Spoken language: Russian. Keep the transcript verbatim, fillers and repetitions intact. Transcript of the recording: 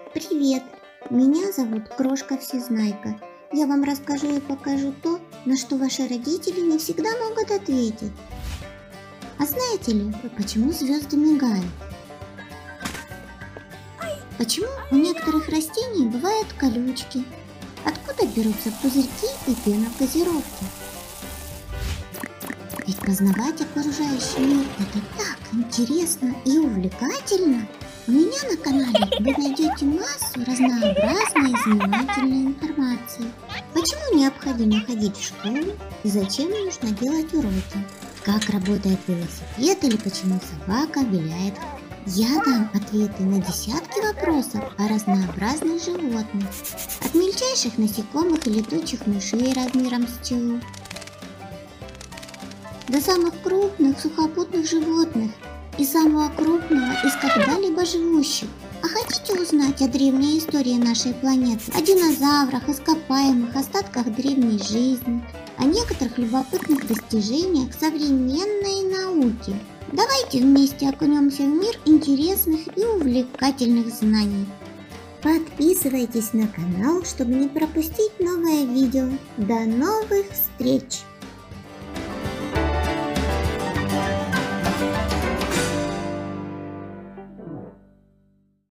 Привет! Меня зовут Крошка Всезнайка. Я вам расскажу и покажу то, на что ваши родители не всегда могут ответить. А знаете ли, почему звезды мигают? Почему у некоторых растений бывают колючки? Откуда берутся пузырьки и пена в газировке? Ведь познавать окружающий мир — это так интересно и увлекательно! У меня на канале вы найдете массу разнообразной и занимательной информации. Почему необходимо ходить в школу и зачем нужно делать уроки? Как работает велосипед или почему собака виляет? Я дам ответы на десятки вопросов о разнообразных животных. От мельчайших насекомых и летучих мышей размером с пчелу до самых крупных сухопутных животных и самого крупного из когда-либо живущих. А хотите узнать о древней истории нашей планеты, о динозаврах, ископаемых, остатках древней жизни, о некоторых любопытных достижениях современной науки? Давайте вместе окунемся в мир интересных и увлекательных знаний. Подписывайтесь на канал, чтобы не пропустить новое видео. До новых встреч!